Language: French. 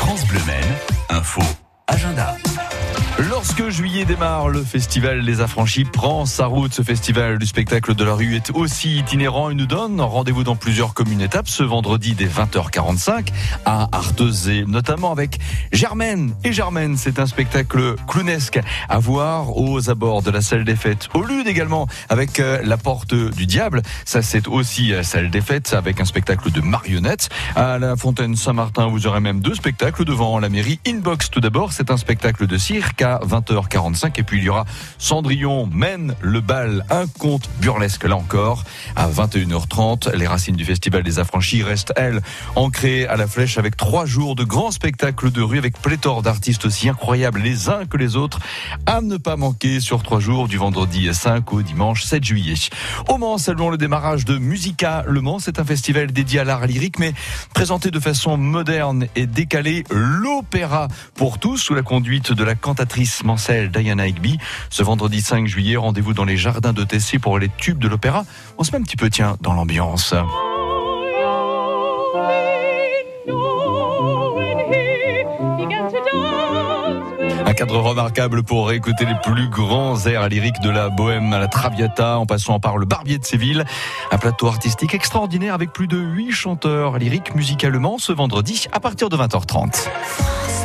France Bleu Maine, info, agenda. Lorsque juillet démarre, le festival Les Affranchis prend sa route. Ce festival du spectacle de la rue est aussi itinérant. Il nous donne rendez-vous dans plusieurs communes étapes ce vendredi dès 20h45 à Artezé, notamment avec Germaine. Et Germaine, c'est un spectacle clownesque à voir aux abords de la salle des fêtes. Au Lude également, avec la porte du diable. Ça, c'est aussi salle des fêtes avec un spectacle de marionnettes. À la Fontaine Saint-Martin, vous aurez même 2 spectacles devant la mairie. Inbox, tout d'abord, c'est un spectacle de cirque à 20h45 et puis il y aura Cendrillon mène le bal, un conte burlesque là encore à 21h30. Les racines du festival des Affranchis restent elles ancrées à la Flèche avec 3 jours de grands spectacles de rue avec pléthore d'artistes aussi incroyables les uns que les autres à ne pas manquer sur 3 jours du vendredi 5 au dimanche 7 juillet. Au Mans, saluons le démarrage de Musica. Le Mans, c'est un festival dédié à l'art lyrique mais présenté de façon moderne et décalée, l'opéra pour tous sous la conduite de la cantatrice Mancel Diana Higby. Ce vendredi 5 juillet, rendez-vous dans les jardins de Tessé pour les tubes de l'opéra. On se met un petit peu, tiens, dans l'ambiance. Un cadre remarquable pour écouter les plus grands airs lyriques de la Bohème à la Traviata, en passant par le Barbier de Séville. Un plateau artistique extraordinaire avec plus de 8 chanteurs lyriques musicalement ce vendredi à partir de 20h30.